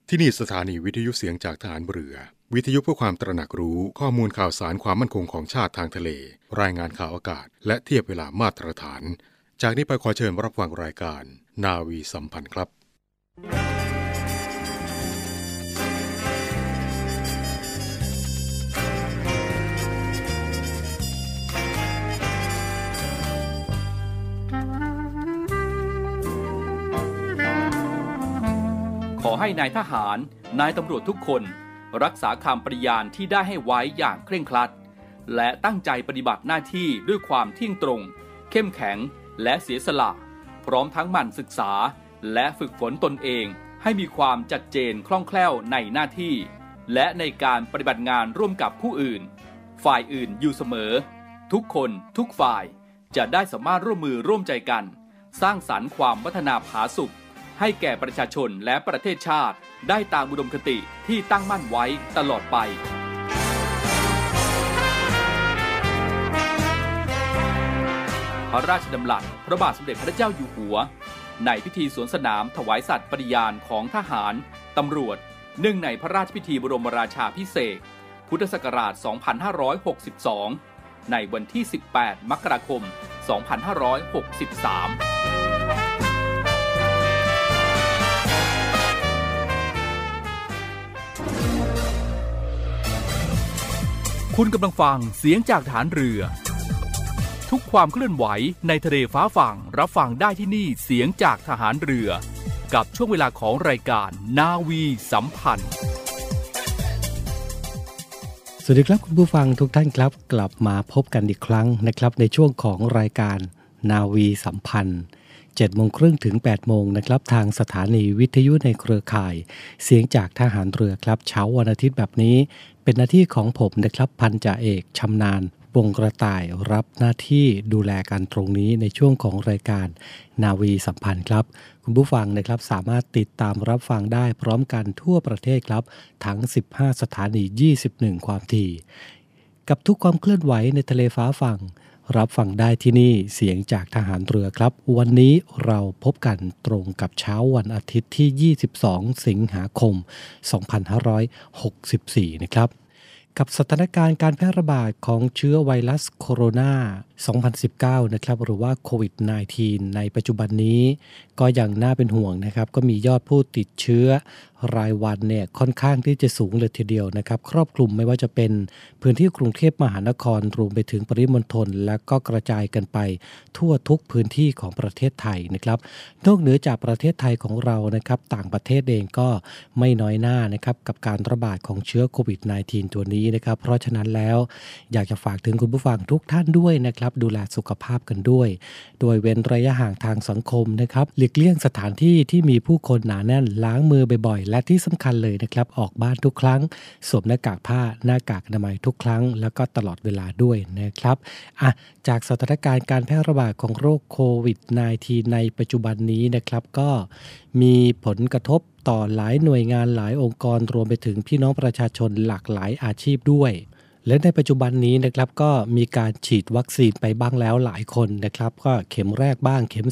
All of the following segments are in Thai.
ที่นี่สถานีวิทยุเสียงจากทหารเรือวิทยุเพื่อความตระหนักรู้ข้อมูลข่าวสารความมั่นคงของชาติทางทะเลรายงานข่าวอากาศและเทียบเวลามาตรฐานจากนี้ไปขอเชิญรับฟังรายการนาวีสัมพันธ์ครับขอให้นายทหารนายตำรวจทุกคนรักษาคำปฏิญาณที่ได้ให้ไว้อย่างเคร่งครัดและตั้งใจปฏิบัติหน้าที่ด้วยความเที่ยงตรงเข้มแข็งและเสียสละพร้อมทั้งหมั่นศึกษาและฝึกฝนตนเองให้มีความชัดเจนคล่องแคล่วในหน้าที่และในการปฏิบัติงานร่วมกับผู้อื่นฝ่ายอื่นอยู่เสมอทุกคนทุกฝ่ายจะได้สามารถร่วมมือร่วมใจกันสร้างสรรค์ความพัฒนาผาสุกให้แก่ประชาชนและประเทศชาติได้ตามอุดมคติที่ตั้งมั่นไว้ตลอดไปพระราชดำรัสพระบาทสมเด็จพระเจ้าอยู่หัวในพิธีสวนสนามถวายสัตย์ปฏิญาณของทหารตำรวจเนื่องในพระราชพิธีบรมราชาภิเษกพุทธศักราช 2562 ในวันที่ 18 มกราคม 2563คุณกำลังฟังเสียงจากฐานเรือทุกความเคลื่อนไหวในทะเลฟ้าฝั่งรับฟังได้ที่นี่เสียงจากทหารเรือกับช่วงเวลาของรายการนาวีสัมพันธ์สวัสดีครับคุณผู้ฟังทุกท่านครับกลับมาพบกันอีกครั้งนะครับในช่วงของรายการนาวีสัมพันธ์ 7:30 ถึง 8:00 นนะครับทางสถานีวิทยุในเครือข่ายเสียงจากทหารเรือครับเช้าวันอาทิตย์แบบนี้เป็นหน้าที่ของผมนะครับพันจ่าเอกชำนาญวงกระต่ายรับหน้าที่ดูแลกันตรงนี้ในช่วงของรายการนาวีสัมพันธ์ครับคุณผู้ฟังนะครับสามารถติดตามรับฟังได้พร้อมกันทั่วประเทศครับทั้ง15สถานี21ความถี่กับทุกความเคลื่อนไหวในทะเลฟ้าฝั่งรับฟังได้ที่นี่เสียงจากทหารเรือครับวันนี้เราพบกันตรงกับเช้าวันอาทิตย์ที่22สิงหาคม2564นะครับกับสถานการณ์การแพร่ระบาดของเชื้อไวรัสโคโรนา2019นะครับหรือว่าโควิด -19 ในปัจจุบันนี้ก็ยังน่าเป็นห่วงนะครับก็มียอดผู้ติดเชื้อรายวันเนี่ยค่อนข้างที่จะสูงเลยทีเดียวนะครับครอบคลุมไม่ว่าจะเป็นพื้นที่กรุงเทพมหานครรวมไปถึงปริมณฑลและก็กระจายกันไปทั่วทุกพื้นที่ของประเทศไทยนะครับนอกเหนือจากประเทศไทยของเรานะครับต่างประเทศเองก็ไม่น้อยหน้านะครับกับการระบาดของเชื้อโควิด -19 ตัวนี้นะครับเพราะฉะนั้นแล้วอยากจะฝากถึงคุณผู้ฟังทุกท่านด้วยนะครับดูแลสุขภาพกันด้วยโดยเว้นระยะห่างทางสังคมนะครับหลีกเลี่ยงสถานที่ที่มีผู้คนหนาแน่นล้างมือบ่อยๆและที่สำคัญเลยนะครับออกบ้านทุกครั้งสวมหน้ากากผ้าหน้ากากอนามัยทุกครั้งแล้วก็ตลอดเวลาด้วยนะครับจากสถานการณ์การแพร่ระบาดของโรคโควิด -19 ในปัจจุบันนี้นะครับก็มีผลกระทบต่อหลายหน่วยงานหลายองค์กรรวมไปถึงพี่น้องประชาชนหลากหลายอาชีพด้วยและในปัจจุบันนี้นะครับก็มีการฉีดวัคซีนไปบ้างแล้วหลายคนนะครับก็เข็มแรกบ้างเข็ม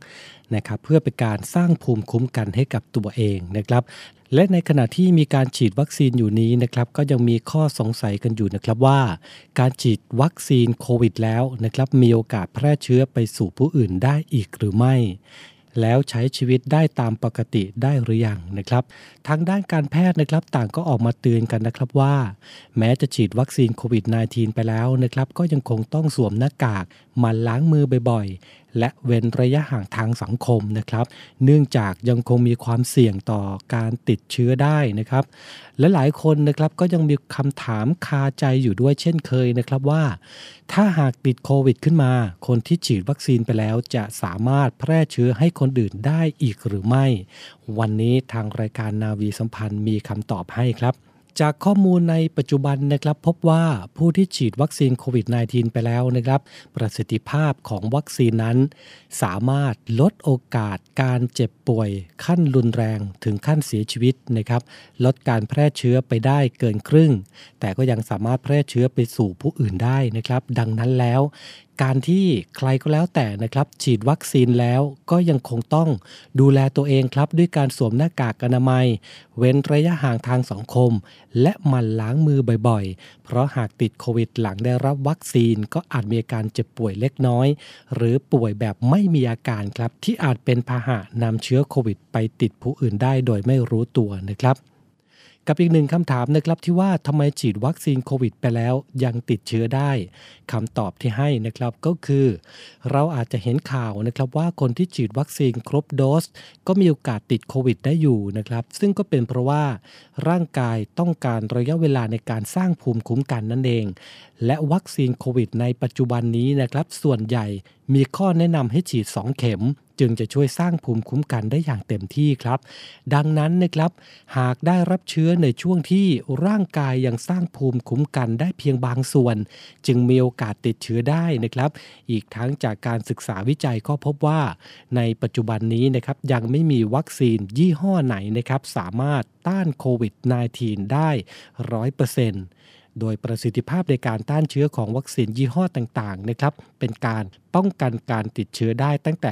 2นะครับเพื่อเป็นการสร้างภูมิคุ้มกันให้กับตัวเองนะครับและในขณะที่มีการฉีดวัคซีนอยู่นี้นะครับก็ยังมีข้อสงสัยกันอยู่นะครับว่าการฉีดวัคซีนโควิดแล้วนะครับมีโอกาสแพร่เชื้อไปสู่ผู้อื่นได้อีกหรือไม่แล้วใช้ชีวิตได้ตามปกติได้หรือยังนะครับทางด้านการแพทย์นะครับต่างก็ออกมาเตือนกันนะครับว่าแม้จะฉีดวัคซีนโควิด -19 ไปแล้วนะครับก็ยังคงต้องสวมหน้ากากหมั่นล้างมือบ่อยๆและเว้นระยะห่างทางสังคมนะครับเนื่องจากยังคงมีความเสี่ยงต่อการติดเชื้อได้นะครับและหลายคนนะครับก็ยังมีคำถามคาใจอยู่ด้วยเช่นเคยนะครับว่าถ้าหากติดโควิดขึ้นมาคนที่ฉีดวัคซีนไปแล้วจะสามารถแพร่เชื้อให้คนอื่นได้อีกหรือไม่วันนี้ทางรายการนาวีสัมพันธ์มีคำตอบให้ครับจากข้อมูลในปัจจุบันนะครับพบว่าผู้ที่ฉีดวัคซีนโควิด -19 ไปแล้วนะครับประสิทธิภาพของวัคซีนนั้นสามารถลดโอกาสการเจ็บป่วยขั้นรุนแรงถึงขั้นเสียชีวิตนะครับลดการแพร่เชื้อไปได้เกินครึ่งแต่ก็ยังสามารถแพร่เชื้อไปสู่ผู้อื่นได้นะครับดังนั้นแล้วการที่ใครก็แล้วแต่นะครับฉีดวัคซีนแล้วก็ยังคงต้องดูแลตัวเองครับด้วยการสวมหน้ากากอนามัยเว้นระยะห่างทางสังคมและหมั่นล้างมือบ่อยๆเพราะหากติดโควิดหลังได้รับวัคซีนก็อาจมีอาการเจ็บป่วยเล็กน้อยหรือป่วยแบบไม่มีอาการครับที่อาจเป็นพาหะนำเชื้อโควิดไปติดผู้อื่นได้โดยไม่รู้ตัวนะครับกับอีกหนึ่งคำถามนะครับที่ว่าทำไมฉีดวัคซีนโควิดไปแล้วยังติดเชื้อได้คำตอบที่ให้นะครับก็คือเราอาจจะเห็นข่าวนะครับว่าคนที่ฉีดวัคซีนครบโดสก็มีโอกาสติดโควิดได้อยู่นะครับซึ่งก็เป็นเพราะว่าร่างกายต้องการระยะเวลาในการสร้างภูมิคุ้มกันนั่นเองและวัคซีนโควิดในปัจจุบันนี้นะครับส่วนใหญ่มีข้อแนะนำให้ฉีด2เข็มจึงจะช่วยสร้างภูมิคุ้มกันได้อย่างเต็มที่ครับดังนั้นนะครับหากได้รับเชื้อในช่วงที่ร่างกายยังสร้างภูมิคุ้มกันได้เพียงบางส่วนจึงมีโอกาสติดเชื้อได้นะครับอีกทั้งจากการศึกษาวิจัยก็พบว่าในปัจจุบันนี้นะครับยังไม่มีวัคซีนยี่ห้อไหนนะครับสามารถต้านโควิด -19 ได้ 100%โดยประสิทธิภาพในการต้านเชื้อของวัคซีนยี่ห้อต่างๆนะครับเป็นการป้องกันการติดเชื้อได้ตั้งแต่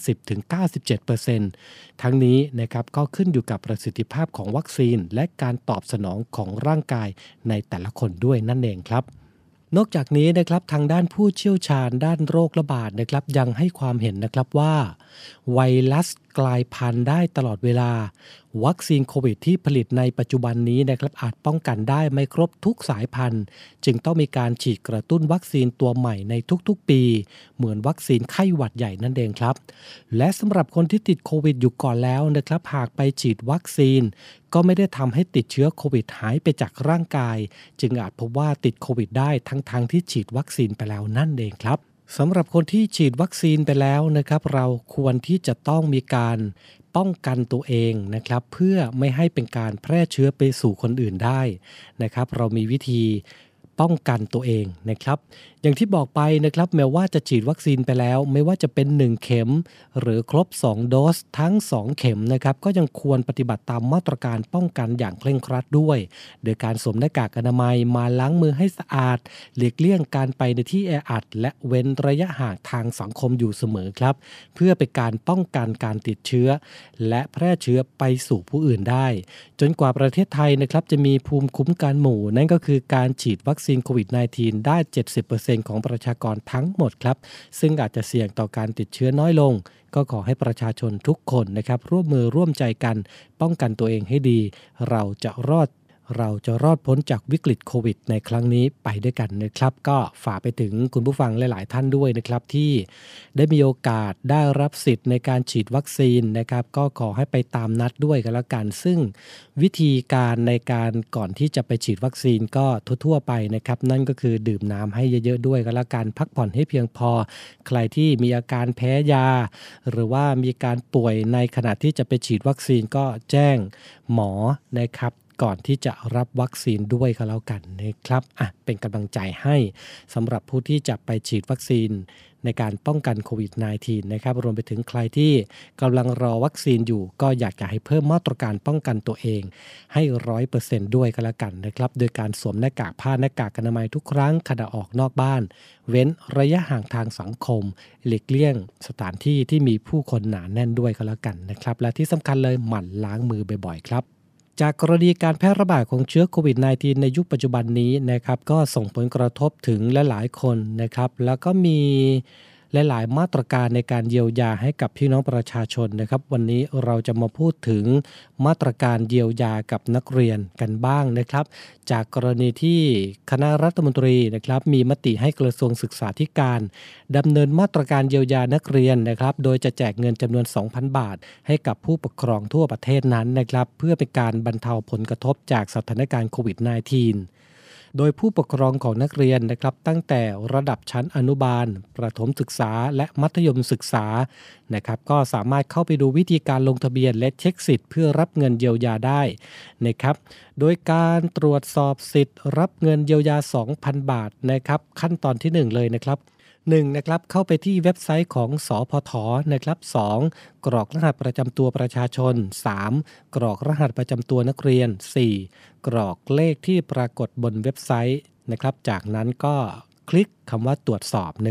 50-97% ทั้งนี้นะครับก็ขึ้นอยู่กับประสิทธิภาพของวัคซีนและการตอบสนองของร่างกายในแต่ละคนด้วยนั่นเองครับนอกจากนี้นะครับทางด้านผู้เชี่ยวชาญด้านโรคระบาดนะครับยังให้ความเห็นนะครับว่าไวรัสกลายพันธุ์ได้ตลอดเวลาวัคซีนโควิดที่ผลิตในปัจจุบันนี้นะครับอาจป้องกันได้ไม่ครบทุกสายพันธุ์จึงต้องมีการฉีดกระตุ้นวัคซีนตัวใหม่ในทุกๆปีเหมือนวัคซีนไข้หวัดใหญ่นั่นเองครับและสำหรับคนที่ติดโควิดอยู่ก่อนแล้วนะครับหากไปฉีดวัคซีนก็ไม่ได้ทำให้ติดเชื้อโควิดหายไปจากร่างกายจึงอาจพบว่าติดโควิดได้ทั้งที่ฉีดวัคซีนไปแล้วนั่นเองครับสำหรับคนที่ฉีดวัคซีนไปแล้วนะครับเราควรที่จะต้องมีการป้องกันตัวเองนะครับเพื่อไม่ให้เป็นการแพร่เชื้อไปสู่คนอื่นได้นะครับเรามีวิธีป้องกันตัวเองนะครับอย่างที่บอกไปนะครับแม้ว่าจะฉีดวัคซีนไปแล้วไม่ว่าจะเป็น1เข็มหรือครบ2โดสทั้ง2เข็มนะครับก็ยังควรปฏิบัติตามมาตรการป้องกันอย่างเคร่งครัดด้วยโดยการสวมหน้ากากอนามัยมาล้างมือให้สะอาดหลีกเลี่ยงการไปในที่แออัดและเว้นระยะห่างทางสังคมอยู่เสมอครับเพื่อเป็นการป้องกันการติดเชื้อและแพร่เชื้อไปสู่ผู้อื่นได้จนกว่าประเทศไทยนะครับจะมีภูมิคุ้มกันหมู่นั่นก็คือการฉีดวัคซีนโควิด -19 ได้ 70% ของประชากรทั้งหมดครับซึ่งอาจจะเสี่ยงต่อการติดเชื้อน้อยลงก็ขอให้ประชาชนทุกคนนะครับร่วมมือร่วมใจกันป้องกันตัวเองให้ดีเราจะรอดพ้นจากวิกฤตโควิดในครั้งนี้ไปด้วยกันนะครับก็ฝากไปถึงคุณผู้ฟังหลายๆท่านด้วยนะครับที่ได้มีโอกาสได้รับสิทธิ์ในการฉีดวัคซีนนะครับก็ขอให้ไปตามนัดด้วยกันแล้วกันซึ่งวิธีการในการก่อนที่จะไปฉีดวัคซีนก็ทั่วๆไปนะครับนั่นก็คือดื่มน้ำให้เยอะๆด้วยกันแล้วกันพักผ่อนให้เพียงพอใครที่มีอาการแพ้ยาหรือว่ามีการป่วยในขณะที่จะไปฉีดวัคซีนก็แจ้งหมอนะครับก่อนที่จะรับวัคซีนด้วยก็แล้วกันนะครับเป็นกำลังใจให้สำหรับผู้ที่จะไปฉีดวัคซีนในการป้องกันโควิด -19 นะครับรวมไปถึงใครที่กำลังรอวัคซีนอยู่ก็อยากจะให้เพิ่มมาตรการป้องกันตัวเองให้ 100% ด้วยก็แล้วกันนะครับโดยการสวมหน้ากากผ้าหน้ากากอนามัยทุกครั้งขณะออกนอกบ้านเว้นระยะห่างทางสังคมหลีกเลี่ยงสถานที่ที่มีผู้คนหนาแน่นด้วยก็แล้วกันนะครับและที่สำคัญเลยหมั่นล้างมือบ่อยๆครับจากกรณีการแพร่ระบาดของเชื้อโควิด -19 ในยุคปัจจุบันนี้นะครับก็ส่งผลกระทบถึงหลายๆคนนะครับแล้วก็มีหลายๆมาตรการในการเยียวยาให้กับพี่น้องประชาชนนะครับวันนี้เราจะมาพูดถึงมาตรการเยียวยากับนักเรียนกันบ้างนะครับจากกรณีที่คณะรัฐมนตรีนะครับมีมติให้กระทรวงศึกษาธิการดำเนินมาตรการเยียวยานักเรียนนะครับโดยจะแจกเงินจำนวน 2,000 บาทให้กับผู้ปกครองทั่วประเทศนั้นนะครับเพื่อเป็นการบรรเทาผลกระทบจากสถานการณ์โควิด -19โดยผู้ปกครองของนักเรียนนะครับตั้งแต่ระดับชั้นอนุบาลประถมศึกษาและมัธยมศึกษานะครับก็สามารถเข้าไปดูวิธีการลงทะเบียนและเช็คสิทธิ์เพื่อรับเงินเยียวยาได้นะครับโดยการตรวจสอบสิทธิ์รับเงินเยียวยา 2,000 บาทนะครับขั้นตอนที่1เลยนะครับ1นะครับเข้าไปที่เว็บไซต์ของสพทนะครับ2กรอกรหัสประจำตัวประชาชน3กรอกรหัสประจำตัวนักเรียน4กรอกเลขที่ปรากฏบนเว็บไซต์นะครับจากนั้นก็คลิกคำว่าตรวจสอบนะครับ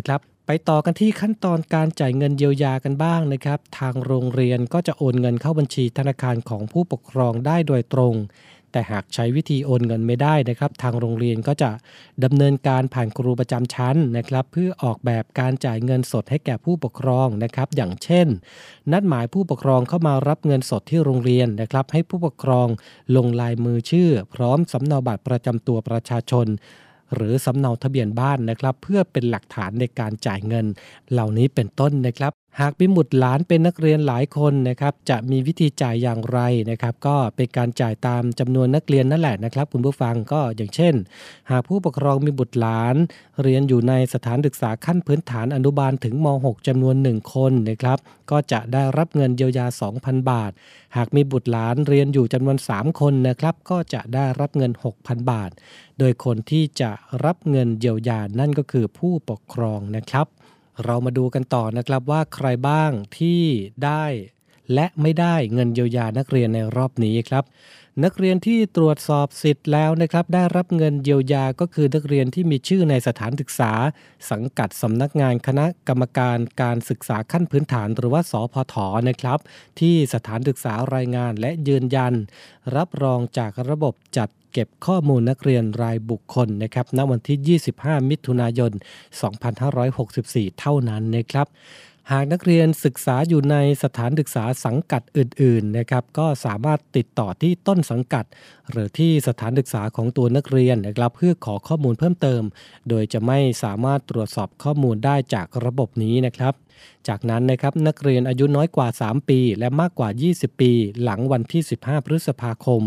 ไปต่อกันที่ขั้นตอนการจ่ายเงินเยียวยากันบ้างนะครับทางโรงเรียนก็จะโอนเงินเข้าบัญชีธนาคารของผู้ปกครองได้โดยตรงแต่หากใช้วิธีโอนเงินไม่ได้นะครับทางโรงเรียนก็จะดำเนินการผ่านครูประจำชั้นนะครับเพื่อออกแบบการจ่ายเงินสดให้แก่ผู้ปกครองนะครับอย่างเช่นนัดหมายผู้ปกครองเข้ามารับเงินสดที่โรงเรียนนะครับให้ผู้ปกครองลงลายมือชื่อพร้อมสำเนาบัตรประจำตัวประชาชนหรือสำเนาทะเบียนบ้านนะครับเพื่อเป็นหลักฐานในการจ่ายเงินเหล่านี้เป็นต้นนะครับหากมีบุตรหลานเป็นนักเรียนหลายคนนะครับจะมีวิธีจ่ายอย่างไรนะครับก็เป็นการจ่ายตามจำนวนนักเรียนนั่นแหละนะครับคุณผู้ฟังก็อย่างเช่นหากผู้ปกครองมีบุตรหลานเรียนอยู่ในสถานศึกษาขั้นพื้นฐานอนุบาลถึงม.6 จำนวน1คนนะครับก็จะได้รับเงินเยียวยา 2,000 บาทหากมีบุตรหลานเรียนอยู่จำนวน3คนนะครับก็จะได้รับเงิน 6,000 บาทโดยคนที่จะรับเงินเยียวยานั่นก็คือผู้ปกครองนะครับเรามาดูกันต่อนะครับว่าใครบ้างที่ได้และไม่ได้เงินเยียวยานักเรียนในรอบนี้ครับนักเรียนที่ตรวจสอบสิทธิ์แล้วนะครับได้รับเงินเยียวยาก็คือนักเรียนที่มีชื่อในสถานศึกษาสังกัดสำนักงานคณะกรรมการการศึกษาขั้นพื้นฐานหรือว่าสพฐนะครับที่สถานศึกษารายงานและยืนยันรับรองจากระบบจัดเก็บข้อมูลนักเรียนรายบุคคลนะครับณวันที่25มิถุนายน2564เท่านั้นนะครับหากนักเรียนศึกษาอยู่ในสถานศึกษาสังกัดอื่นๆนะครับก็สามารถติดต่อที่ต้นสังกัดหรือที่สถานศึกษาของตัวนักเรียนนะครับเพื่อขอข้อมูลเพิ่มเติมโดยจะไม่สามารถตรวจสอบข้อมูลได้จากระบบนี้นะครับจากนั้นนะครับนักเรียนอายุน้อยกว่า3ปีและมากกว่า20ปีหลังวันที่15พฤษภาคม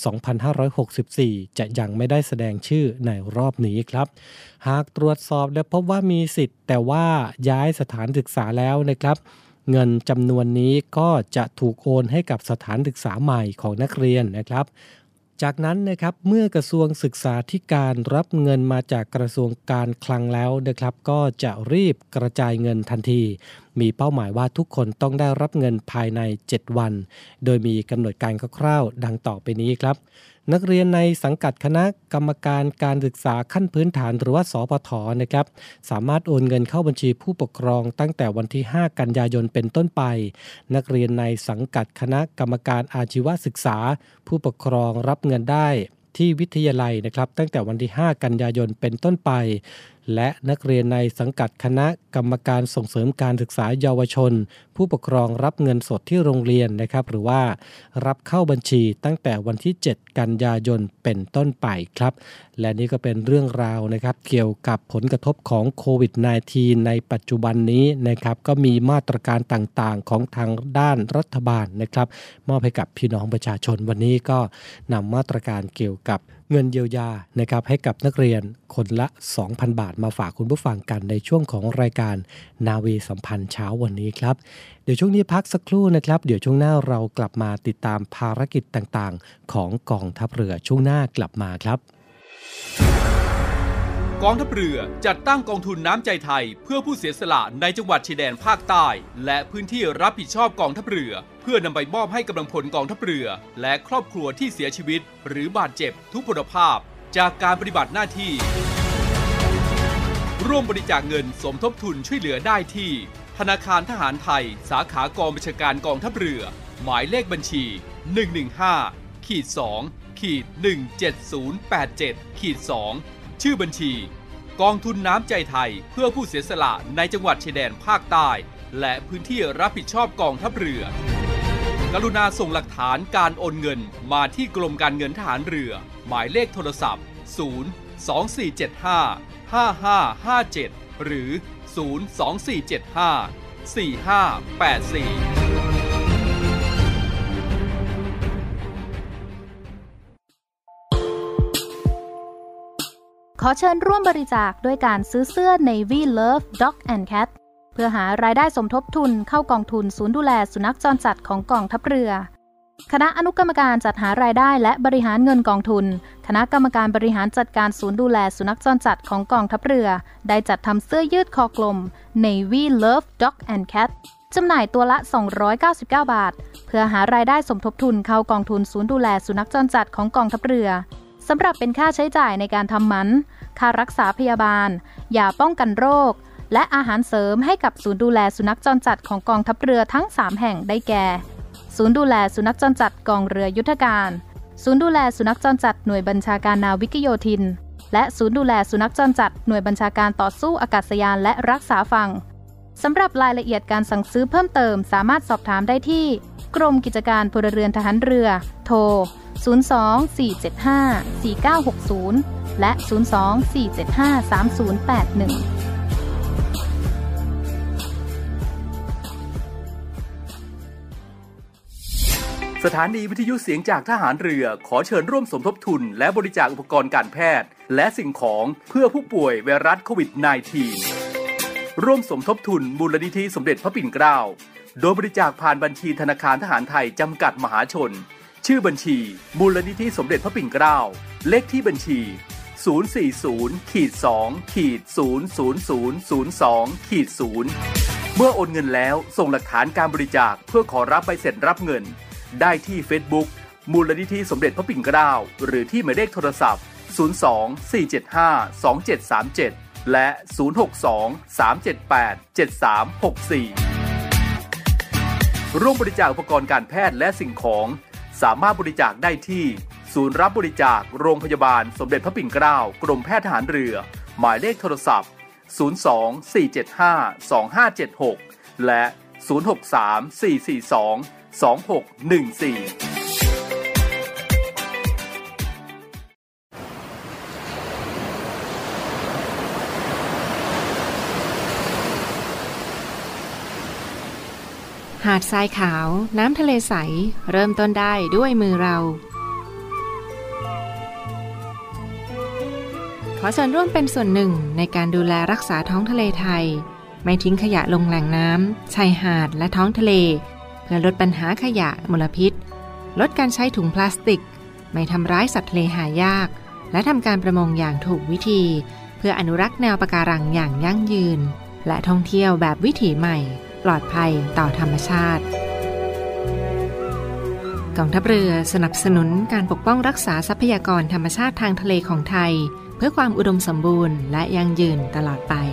2564จะยังไม่ได้แสดงชื่อในรอบนี้ครับหากตรวจสอบและพบว่ามีสิทธิ์แต่ว่าย้ายสถานศึกษาแล้วนะครับเงินจำนวนนี้ก็จะถูกโอนให้กับสถานศึกษาใหม่ของนักเรียนนะครับจากนั้นนะครับเมื่อกระทรวงศึกษาธิการรับเงินมาจากกระทรวงการคลังแล้วนะครับก็จะรีบกระจายเงินทันทีมีเป้าหมายว่าทุกคนต้องได้รับเงินภายใน7วันโดยมีกำหนดการคร่าวๆดังต่อไปนี้ครับนักเรียนในสังกัดคณะกรรมการการศึกษาขั้นพื้นฐานหรือว่าสพฐนะครับสามารถโอนเงินเข้าบัญชีผู้ปกครองตั้งแต่วันที่5กันยายนเป็นต้นไปนักเรียนในสังกัดคณะกรรมการอาชีวศึกษาผู้ปกครองรับเงินได้ที่วิทยาลัยนะครับตั้งแต่วันที่5กันยายนเป็นต้นไปและนักเรียนในสังกัดคณะกรรมการส่งเสริมการศึกษาเยาวชนผู้ปกครองรับเงินสดที่โรงเรียนนะครับหรือว่ารับเข้าบัญชีตั้งแต่วันที่7กันยายนเป็นต้นไปครับและนี่ก็เป็นเรื่องราวนะครับเกี่ยวกับผลกระทบของโควิด -19 ในปัจจุบันนี้นะครับก็มีมาตรการต่างๆของทางด้านรัฐบาลนะครับมอบให้กับพี่น้องประชาชนวันนี้ก็นำมาตรการเกี่ยวกับเงินเยียวยานะครับให้กับนักเรียนคนละ 2,000 บาทมาฝากคุณผู้ฟังกันในช่วงของรายการนาวีสัมพันธ์เช้าวันนี้ครับเดี๋ยวช่วงนี้พักสักครู่นะครับเดี๋ยวช่วงหน้าเรากลับมาติดตามภารกิจต่างๆของกองทัพเรือช่วงหน้ากลับมาครับกองทัพเรือจัดตั้งกองทุนน้ำใจไทยเพื่อผู้เสียสละในจังหวัดชายแดนภาคใต้และพื้นที่รับผิดชอบกองทัพเรือเพื่อนำไปมอบให้กำลังพลกองทัพเรือและครอบครัวที่เสียชีวิตหรือบาดเจ็บทุพพลภาพจากการปฏิบัติหน้าที่ร่วมบริจาคเงินสมทบทุนช่วยเหลือได้ที่ธนาคารทหารไทยสาขากองบัญชาการกองทัพเรือหมายเลขบัญชี 115-2-17087-2ชื่อบัญชีกองทุนน้ำใจไทยเพื่อผู้เสียสละในจังหวัดชายแดนภาคใต้และพื้นที่รับผิดชอบกองทัพเรือกรุณาส่งหลักฐานการโอนเงินมาที่กรมการเงินทหารเรือหมายเลขโทรศัพท์024755557หรือ024754584 ขอเชิญร่วมบริจาคด้วยการซื้อเสื้อ Navy Love Dog and Cat เพื่อหารายได้สมทบทุนเข้ากองทุนศูนย์ดูแลสุนัขจรจัดของกองทัพเรือคณะอนุกรรมการจัดหารายได้และบริหารเงินกองทุนคณะกรรมการบริหารจัดการศูนย์ดูแลสุนัขจรจัดของกองทัพเรือได้จัดทำเสื้อยืดคอกลม Navy Love Dog and Cat จำหน่ายตัวละ299 บาทเพื่อหารายได้สมทบทุนเข้ากองทุนศูนย์ดูแลสุนัขจรจัดของกองทัพเรือสำหรับเป็นค่าใช้จ่ายในการทำหมันค่ารักษาพยาบาลยาป้องกันโรคและอาหารเสริมให้กับศูนย์ดูแลสุนัขจรจัดของกองทัพเรือทั้ง3แห่งได้แก่ศูนย์ดูแลสุนัขจรจัดกองเรือยุทธการศูนย์ดูแลสุนัขจรจัดหน่วยบัญชาการนาวิกโยธินและศูนย์ดูแลสุนัขจรจัดหน่วยบัญชาการต่อสู้อากาศยานและรักษาฝั่งสำหรับรายละเอียดการสั่งซื้อเพิ่มเติมสามารถสอบถามได้ที่กรมกิจการพลเรือนทหารเรือโทร02-475-4960และ02-475-3081 สถานีวิทยุเสียงจากทหารเรือขอเชิญร่วมสมทบทุนและบริจาคอุปกรณ์การแพทย์และสิ่งของเพื่อผู้ป่วยไวรัสโควิด -19 ร่วมสมทบทุนมูลนิธิสมเด็จพระปิ่นเกล้าโดยบริจาคผ่านบัญชีธนาคารทหารไทยจำกัดมหาชนชื่อบัญชีมูลนิธิสมเด็จพระปิ่นเกล้าเลขที่บัญชี 040-2-00002-0 เมื่อโอนเงินแล้วส่งหลักฐานการบริจาคเพื่อขอรับใบเสร็จรับเงินได้ที่ Facebook มูลนิธิสมเด็จพระปิ่นเกล้าหรือที่หมายเลขโทรศัพท์ 02-475-2737 และ 062-378-7364 ร่วมบริจาคอุปกรณ์การแพทย์และสิ่งของสามารถบริจาคได้ที่ศูนย์รับบริจาคโรงพยาบาลสมเด็จพระปิ่นเกล้ากรมแพทย์ทหารเรือหมายเลขโทรศัพท์ 02-475-2576 และ 063-442-2614 หาดทรายขาวน้ำทะเลใสเริ่มต้นได้ด้วยมือเราขอส่วนร่วมเป็นส่วนหนึ่งในการดูแลรักษาท้องทะเลไทยไม่ทิ้งขยะลงแหล่งน้ำชายหาดและท้องทะเลเพื่อลดปัญหาขยะมลพิษลดการใช้ถุงพลาสติกไม่ทำร้ายสัตว์ทะเลหายากและทำการประมงอย่างถูกวิธีเพื่ออนุรักษ์แนวปะการังอย่างยั่งยืนและท่องเที่ยวแบบวิถีใหม่ปลอดภัยต่อธรรมชาติกองทัพเรือสนับสนุนการปกป้องรักษาทรัพยากรธรรมชาติทางทะเลของไทยเพื่อความอุดมสมบูรณ์และยั่งยืนตลอดไป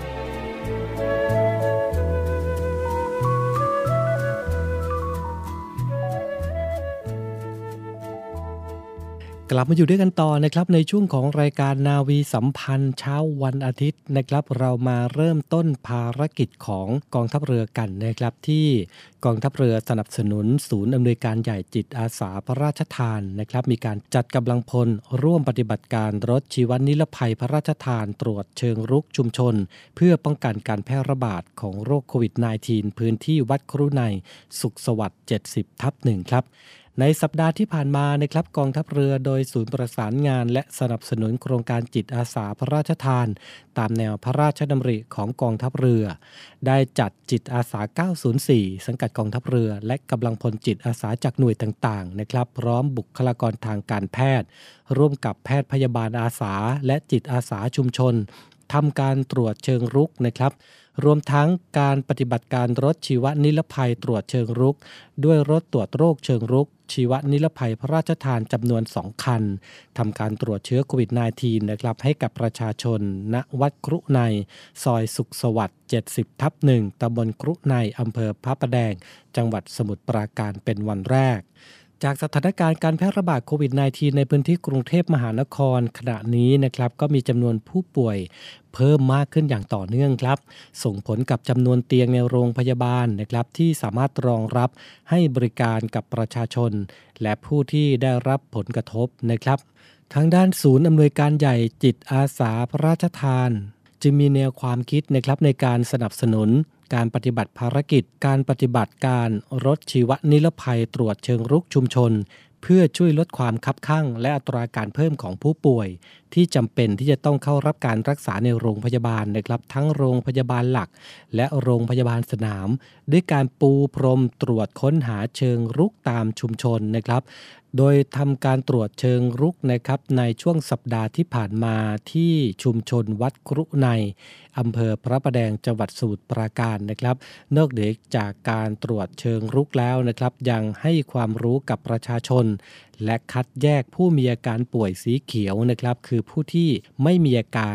กลับมาอยู่ด้วยกันต่อนะครับในช่วงของรายการนาวีสัมพันธ์เช้าวันอาทิตย์นะครับเรามาเริ่มต้นภารกิจของกองทัพเรือกันนะครับที่กองทัพเรือสนับสนุนศูนย์อำนวยการใหญ่จิตอาสาพระราชทานนะครับมีการจัดกำลังพลร่วมปฏิบัติการรถชีวนิรภัยพระราชทานตรวจเชิงรุกชุมชนเพื่อป้องกันการแพร่ระบาดของโรคโควิด -19 พื้นที่วัดครุในสุขสวัสดิ์ 70/1 ครับในสัปดาห์ที่ผ่านมานะครับกองทัพเรือโดยศูนย์ประสานงานและสนับสนุนโครงการจิตอาสาพระราชทานตามแนวพระราชดำริของกองทัพเรือได้จัดจิตอาสา 904 สังกัดกองทัพเรือและกำลังพลจิตอาสาจากหน่วยต่างๆนะครับพร้อมบุคลากรทางการแพทย์ร่วมกับแพทย์พยาบาลอาสาและจิตอาสาชุมชนทำการตรวจเชิงรุกนะครับรวมทั้งการปฏิบัติการรถชีวนิรภัยตรวจเชิงรุกด้วยรถตรวจโรคเชิงรุกชีวนิรภัยพระราชทานจำนวน2คันทำการตรวจเชื้อโควิด -19 นะครับให้กับประชาชนณวัดครุในซอยสุขสวัสดิ์ 70/1 ตำบลครุในอำเภอพระประแดงจังหวัดสมุทรปราการเป็นวันแรกจากสถานการณ์การแพร่ระบาดโควิด -19 ในพื้นที่กรุงเทพมหานครขณะนี้นะครับก็มีจำนวนผู้ป่วยเพิ่มมากขึ้นอย่างต่อเนื่องครับส่งผลกับจำนวนเตียงในโรงพยาบาลนะครับที่สามารถรองรับให้บริการกับประชาชนและผู้ที่ได้รับผลกระทบนะครับทางด้านศูนย์อำนวยการใหญ่จิตอาสาพระราชทานจึงมีแนวความคิดนะครับในการสนับสนุนการปฏิบัติภารกิจการปฏิบัติการรถชีวนิรภัยตรวจเชิงรุกชุมชนเพื่อช่วยลดความคับคั่งและอัตราการเพิ่มของผู้ป่วยที่จำเป็นที่จะต้องเข้ารับการรักษาในโรงพยาบาลนะครับทั้งโรงพยาบาลหลักและโรงพยาบาลสนามด้วยการปูพรมตรวจค้นหาเชิงรุกตามชุมชนนะครับโดยทำการตรวจเชิงรุกนะครับในช่วงสัปดาห์ที่ผ่านมาที่ชุมชนวัดครุในอำเภอพระประแดงจังหวัดสมุทรปราการนะครับนอกเหนือจากการตรวจเชิงรุกแล้วนะครับยังให้ความรู้กับประชาชนและคัดแยกผู้มีอาการป่วยสีเขียวนะครับคือผู้ที่ไม่มีอาการ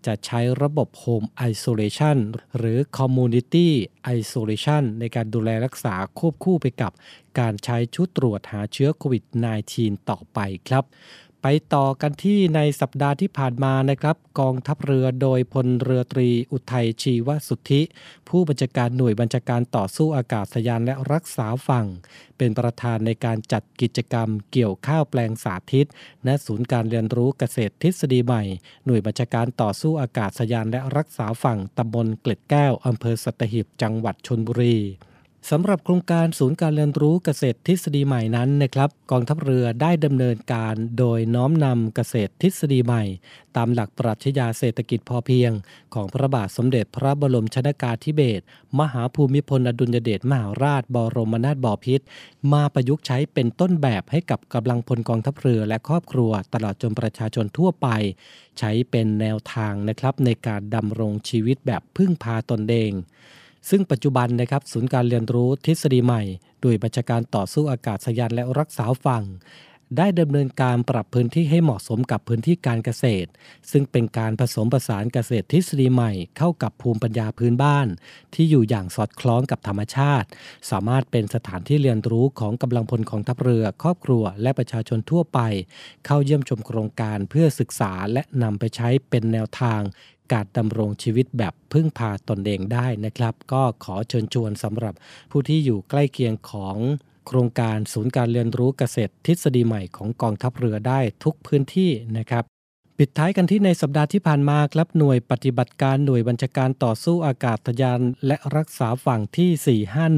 จะใช้ระบบ Home Isolation หรือ Community Isolation ในการดูแลรักษาควบคู่ไปกับการใช้ชุดตรวจหาเชื้อโควิด -19 ต่อไปครับไปต่อกันที่ในสัปดาห์ที่ผ่านมานะครับกองทัพเรือโดยพลเรือตรีอุทัยชีวสุทธิผู้บัญชาการหน่วยบัญชาการต่อสู้อากาศยานและรักษาฝั่งเป็นประธานในการจัดกิจกรรมเกี่ยวข้าวแปลงสาธิตณศูนย์การเรียนรู้เกษตรทฤษฎีใหม่หน่วยบัญชาการต่อสู้อากาศยานและรักษาฝั่งตำบลเกล็ดแก้วอำเภอสัตหีบจังหวัดชลบุรีสำหรับโครงการศูนย์การเรียนรู้เกษตรทฤษฎีใหม่นั้นนะครับกองทัพเรือได้ดำเนินการโดยน้อมนำเกษตรทฤษฎีใหม่ตามหลักปรัชญาเศรษฐกิจพอเพียงของพระบาทสมเด็จพระบรมชนกาธิเบศรมหาภูมิพลอดุลยเดชมหาราชบรมนาถบพิตรมาประยุกต์ใช้เป็นต้นแบบให้กับกำลังพลกองทัพเรือและครอบครัวตลอดจนประชาชนทั่วไปใช้เป็นแนวทางนะครับในการดำรงชีวิตแบบพึ่งพาตนเองซึ่งปัจจุบันนะครับศูนย์การเรียนรู้ทฤษฎีใหม่โดยบัญชาการต่อสู้อากาศยานและรักษาฝั่งได้ดำเนินการปรับพื้นที่ให้เหมาะสมกับพื้นที่การเกษตรซึ่งเป็นการผสมผสานเกษตรทฤษฎีใหม่เข้ากับภูมิปัญญาพื้นบ้านที่อยู่อย่างสอดคล้องกับธรรมชาติสามารถเป็นสถานที่เรียนรู้ของกำลังพลของทัพเรือครอบครัวและประชาชนทั่วไปเข้าเยี่ยมชมโครงการเพื่อศึกษาและนำไปใช้เป็นแนวทางการดำรงชีวิตแบบพึ่งพาตนเองได้นะครับก็ขอเชิญชวนสำหรับผู้ที่อยู่ใกล้เคียงของโครงการศูนย์การเรียนรู้เกษตรทฤษฎีใหม่ของกองทัพเรือได้ทุกพื้นที่นะครับปิดท้ายกันที่ในสัปดาห์ที่ผ่านมาครับหน่วยปฏิบัติการหน่วยบัญชาการต่อสู้อากาศยานและรักษาฝั่งที่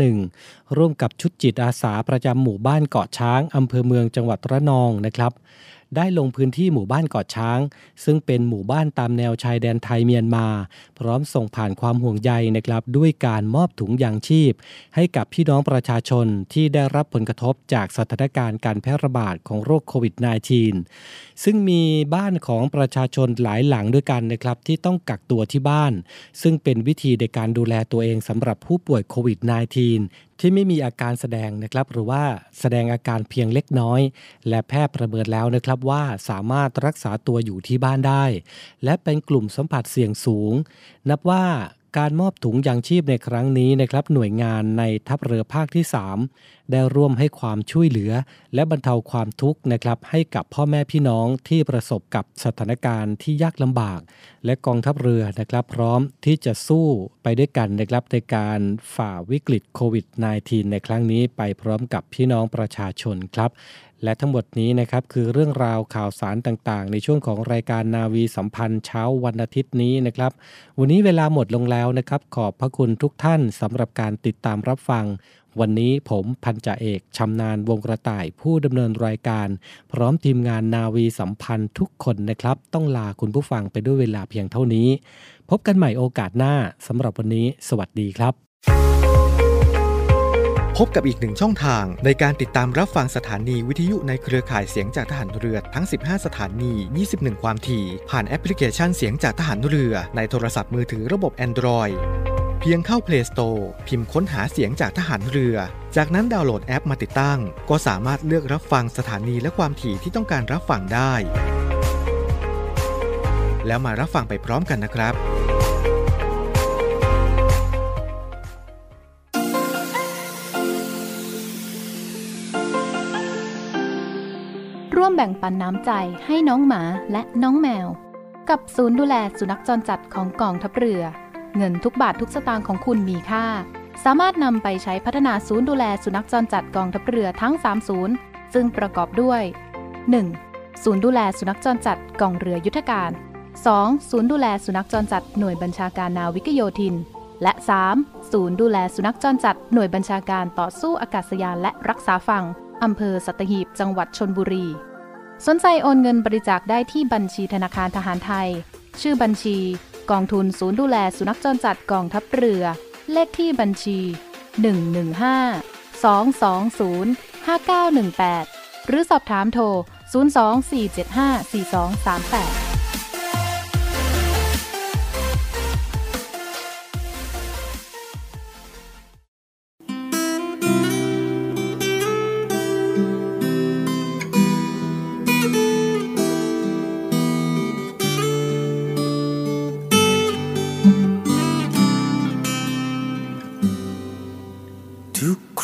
451ร่วมกับชุดจิตอาสาประจำหมู่บ้านเกาะช้างอำเภอเมืองจังหวัดระนองนะครับได้ลงพื้นที่หมู่บ้านเกาะช้างซึ่งเป็นหมู่บ้านตามแนวชายแดนไทยเมียนมาพร้อมส่งผ่านความห่วงใยนะครับด้วยการมอบถุงยางชีพให้กับพี่น้องประชาชนที่ได้รับผลกระทบจากสถานการณ์การแพร่ระบาดของโรคโควิด -19 ซึ่งมีบ้านของประชาชนหลายหลังด้วยกันนะครับที่ต้องกักตัวที่บ้านซึ่งเป็นวิธีในการดูแลตัวเองสำหรับผู้ป่วยโควิด -19 ที่ไม่มีอาการแสดงนะครับหรือว่าแสดงอาการเพียงเล็กน้อยและแพทย์ประเมินแล้วนะครับว่าสามารถรักษาตัวอยู่ที่บ้านได้และเป็นกลุ่มสัมผัสเสี่ยงสูงนับว่าการมอบถุงยางชีพในครั้งนี้นะครับหน่วยงานในทัพเรือภาคที่3ได้ร่วมให้ความช่วยเหลือและบรรเทาความทุกข์นะครับให้กับพ่อแม่พี่น้องที่ประสบกับสถานการณ์ที่ยากลำบากและกองทัพเรือนะครับพร้อมที่จะสู้ไปด้วยกันนะครับในการฝ่าวิกฤตโควิด -19 ในครั้งนี้ไปพร้อมกับพี่น้องประชาชนครับและทั้งหมดนี้นะครับคือเรื่องราวข่าวสารต่างๆในช่วงของรายการนาวีสัมพันธ์เช้าวันอาทิตย์นี้นะครับวันนี้เวลาหมดลงแล้วนะครับขอบพระคุณทุกท่านสำหรับการติดตามรับฟังวันนี้ผมพันจ่าเอกชำนาญวงกระต่ายผู้ดำเนินรายการพร้อมทีมงานนาวีสัมพันธ์ทุกคนนะครับต้องลาคุณผู้ฟังไปด้วยเวลาเพียงเท่านี้พบกันใหม่โอกาสหน้าสำหรับวันนี้สวัสดีครับพบกับอีกหนึ่งช่องทางในการติดตามรับฟังสถานีวิทยุในเครือข่ายเสียงจากทหารเรือทั้ง15สถานี21ความถี่ผ่านแอปพลิเคชันเสียงจากทหารเรือในโทรศัพท์มือถือระบบ Android เพียงเข้า Play Store พิมพ์ค้นหาเสียงจากทหารเรือจากนั้นดาวน์โหลดแอปมาติดตั้งก็สามารถเลือกรับฟังสถานีและความถี่ที่ต้องการรับฟังได้แล้วมารับฟังไปพร้อมกันนะครับร่วมแบ่งปันน้ำใจให้น้องหมาและน้องแมวกับศูนย์ดูแลสุนัขจรจัดของกองทัพเรือเงินทุกบาททุกสตางค์ของคุณมีค่าสามารถนำไปใช้พัฒนาศูนย์ดูแลสุนัขจรจัดกองทัพเรือทั้ง3ศูนย์ซึ่งประกอบด้วย 1. ศูนย์ดูแลสุนัขจรจัดกองเรือยุทธการ 2. ศูนย์ดูแลสุนัขจรจัดหน่วยบัญชาการนาวิกโยธินและ 3. ศูนย์ดูแลสุนัขจรจัดหน่วยบัญชาการต่อสู้อากาศยานและรักษาฝั่งอำเภอสัตหีบจังหวัดชลบุรีสนใจโอนเงินบริจาคได้ที่บัญชีธนาคารทหารไทยชื่อบัญชีกองทุนศูนย์ดูแลสุนัขจรจัดกองทัพเรือเลขที่บัญชี 115-220-5918 หรือสอบถามโทร 024754238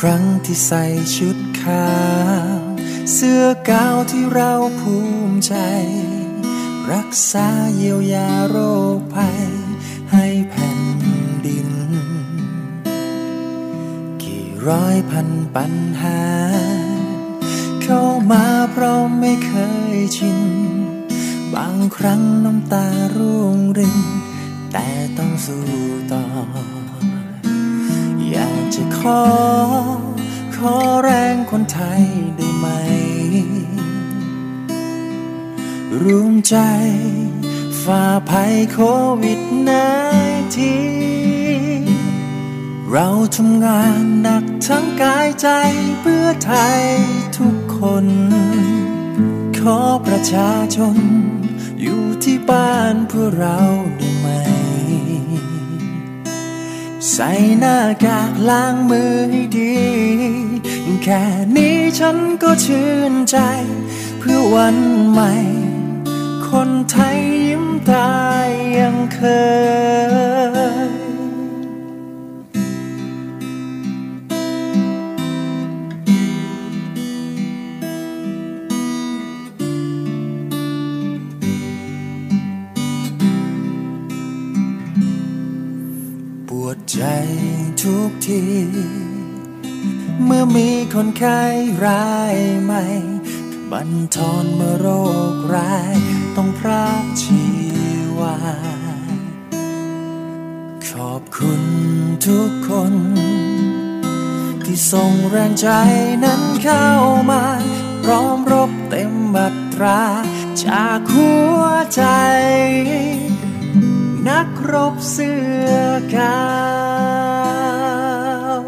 รั้งที่ใส่ชุดขาวเสื้อกาวที่เราภูมิใจรักษาเยียวยาโรคภัยให้แผ่นดินกี่ร้อยพันปัญหาเข้ามาเพราะไม่เคยชินบางครั้งน้ำตาร่วงรินแต่ต้องสู้ต่ออยากจะขอแรงคนไทยได้ไหมร่วมใจฝ่าภัยโควิด-19 เราทำงานหนักทั้งกายใจเพื่อไทยทุกคนขอประชาชนอยู่ที่บ้านเพื่อเราได้ไหมใส่หน้ากากล้างมือให้ดีแค่นี้ฉันก็ชื่นใจเพื่อวันใหม่คนไทยยิ้มตายยังเคยปวดใจทุกทีเมื่อมีคนไข้รายใหม่บั่นทอนเมื่อโรคร้ายต้องพรากชีวาขอบคุณทุกคนที่ส่งแรงใจนั้นเข้ามาพร้อมรบเต็มอัตราจากหัวใจนักรบเสื้อกาว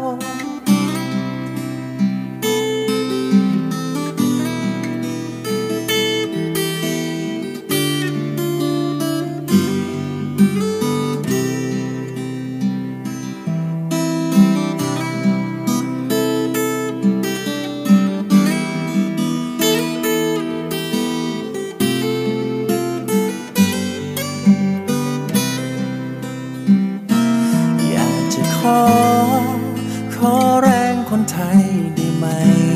ขอแรงคนไทยได้ไหม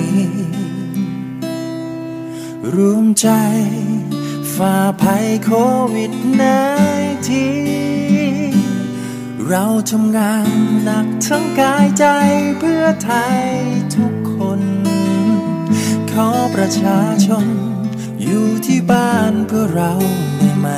ร่วมใจฝ่าภัยโควิด-19 เราทำงานหนักทั้งกายใจเพื่อไทยทุกคนขอประชาชนอยู่ที่บ้านเพื่อเราได้ไหม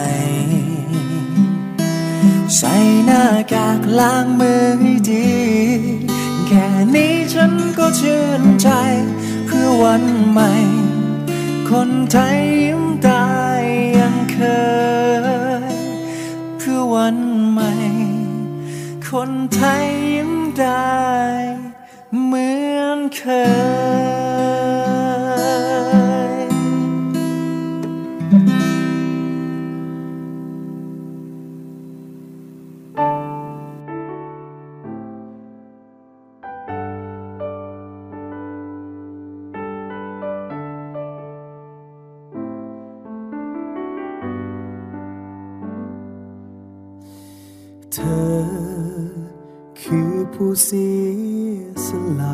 ใส่หน้ากากล้างมือให้ดีแค่นี้ฉันก็ชื่นใจเพื่อวันใหม่คนไทยยิ้มตายยังเคยเพื่อวันใหม่คนไทยยิ้มได้เหมือนเคยเธอคือผู้เสียสละ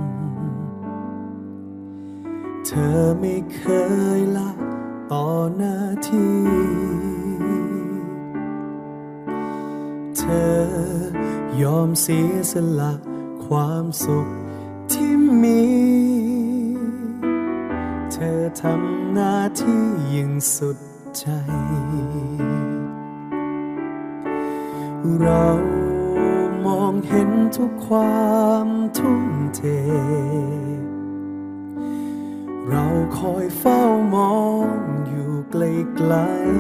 เธอไม่เคยละต่อหน้าที่เธอยอมเสียสละความสุขที่มีเธอทำหน้าที่อย่างสุดใจเรามองเห็นทุกความทุ่มเทเราคอยเฝ้ามองอยู่ไกล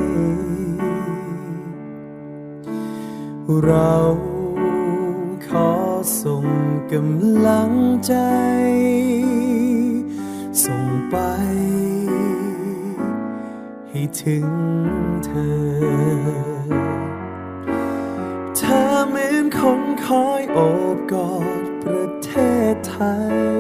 ๆเราขอส่งกำลังใจส่งไปให้ถึงเธอเหมือนคนคอยโอบกอดประเทศไทย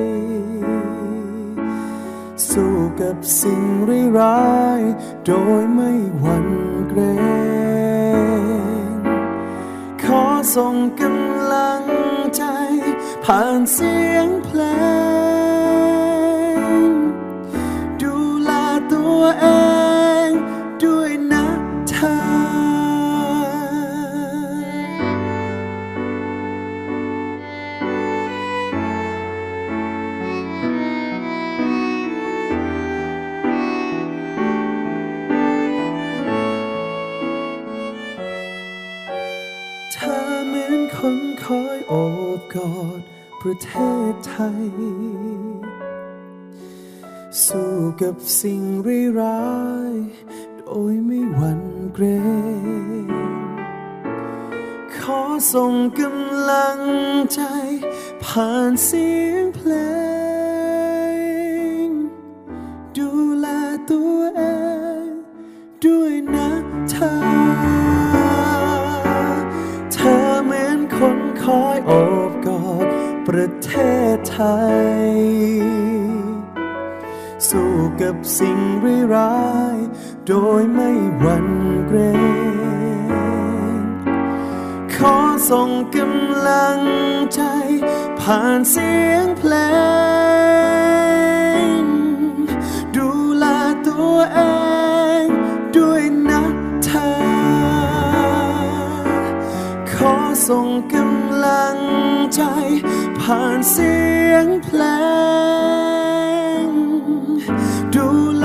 สู้กับสิ่งร้ายๆโดยไม่หวั่นเกรงขอส่งกำลังใจผ่านเสียงเพลงดูแลตัวเองด้วยนะเธอเหมือนคนคอยโอบกอดประเทศไทยสู้กับสิ่งร้ายๆโดยไม่หวั่นเกรงขอส่งกำลังใจผ่านเสียงเพลงดูแลตัวเองด้วยนะเธอเหมือนคนคอยโอบกอดประเทศไทยสู้กับสิ่งร้ายๆโดยไม่หวั่นเกรงขอส่งกำลังใจผ่านเสียงเพลงดูแลตัวเองด้วยนะเธอขอส่งกำลังใจผ่านเสียงเพลงดูแล